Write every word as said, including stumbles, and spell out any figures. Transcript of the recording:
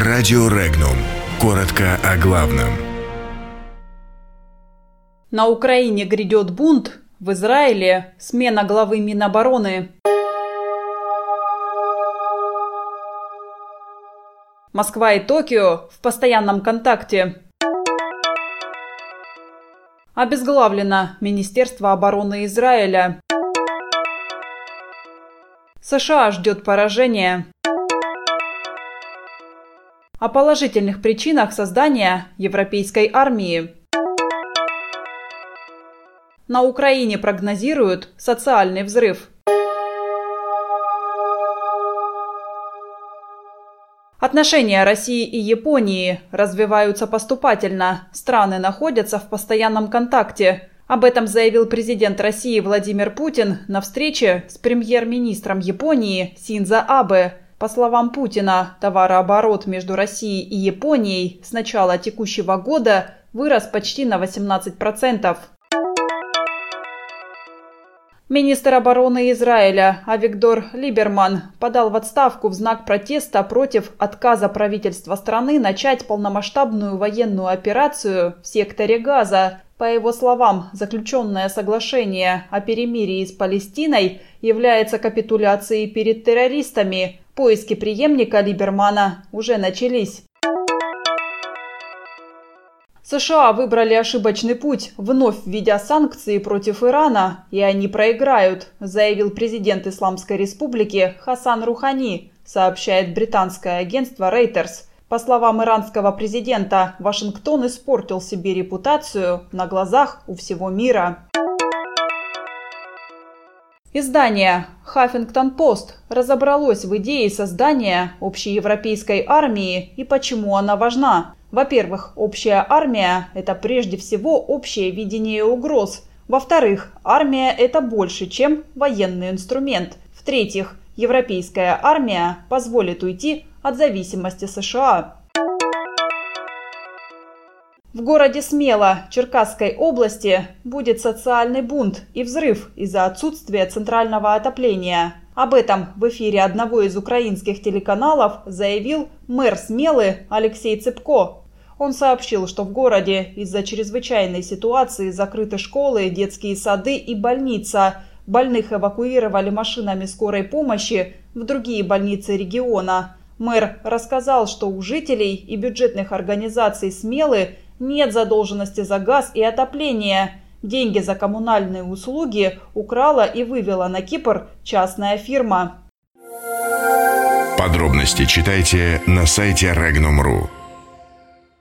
Радио Регнум. Коротко о главном. На Украине грядет бунт, в Израиле смена главы Минобороны. Москва и Токио в постоянном контакте. Обезглавлено Министерство обороны Израиля. США ждет поражения. О положительных причинах создания европейской армии. На Украине прогнозируют социальный взрыв. Отношения России и Японии развиваются поступательно. Страны находятся в постоянном контакте. Об этом заявил президент России Владимир Путин на встрече с премьер-министром Японии Синдзо Абе. По словам Путина, товарооборот между Россией и Японией с начала текущего года вырос почти на восемнадцать процентов. Министр обороны Израиля Авигдор Либерман подал в отставку в знак протеста против отказа правительства страны начать полномасштабную военную операцию в секторе Газа. По его словам, заключенное соглашение о перемирии с Палестиной является капитуляцией перед террористами. Поиски преемника Либермана уже начались. США выбрали ошибочный путь, вновь введя санкции против Ирана, и они проиграют, заявил президент Исламской Республики Хасан Рухани, сообщает британское агентство Reuters. По словам иранского президента, Вашингтон испортил себе репутацию на глазах у всего мира. Издание «Хаффингтон Пост» разобралось в идее создания общеевропейской армии и почему она важна. Во-первых, общая армия – это прежде всего общее видение угроз. Во-вторых, армия – это больше, чем военный инструмент. В-третьих, европейская армия позволит уйти от зависимости США. В городе Смела Черкасской области будет социальный бунт и взрыв из-за отсутствия центрального отопления. Об этом в эфире одного из украинских телеканалов заявил мэр Смелы Алексей Цыпко. Он сообщил, что в городе из-за чрезвычайной ситуации закрыты школы, детские сады и больница. Больных эвакуировали машинами скорой помощи в другие больницы региона. Мэр рассказал, что у жителей и бюджетных организаций Смелы нет задолженности за газ и отопление. Деньги за коммунальные услуги украла и вывела на Кипр частная фирма. Подробности читайте на сайте регнум точка ру.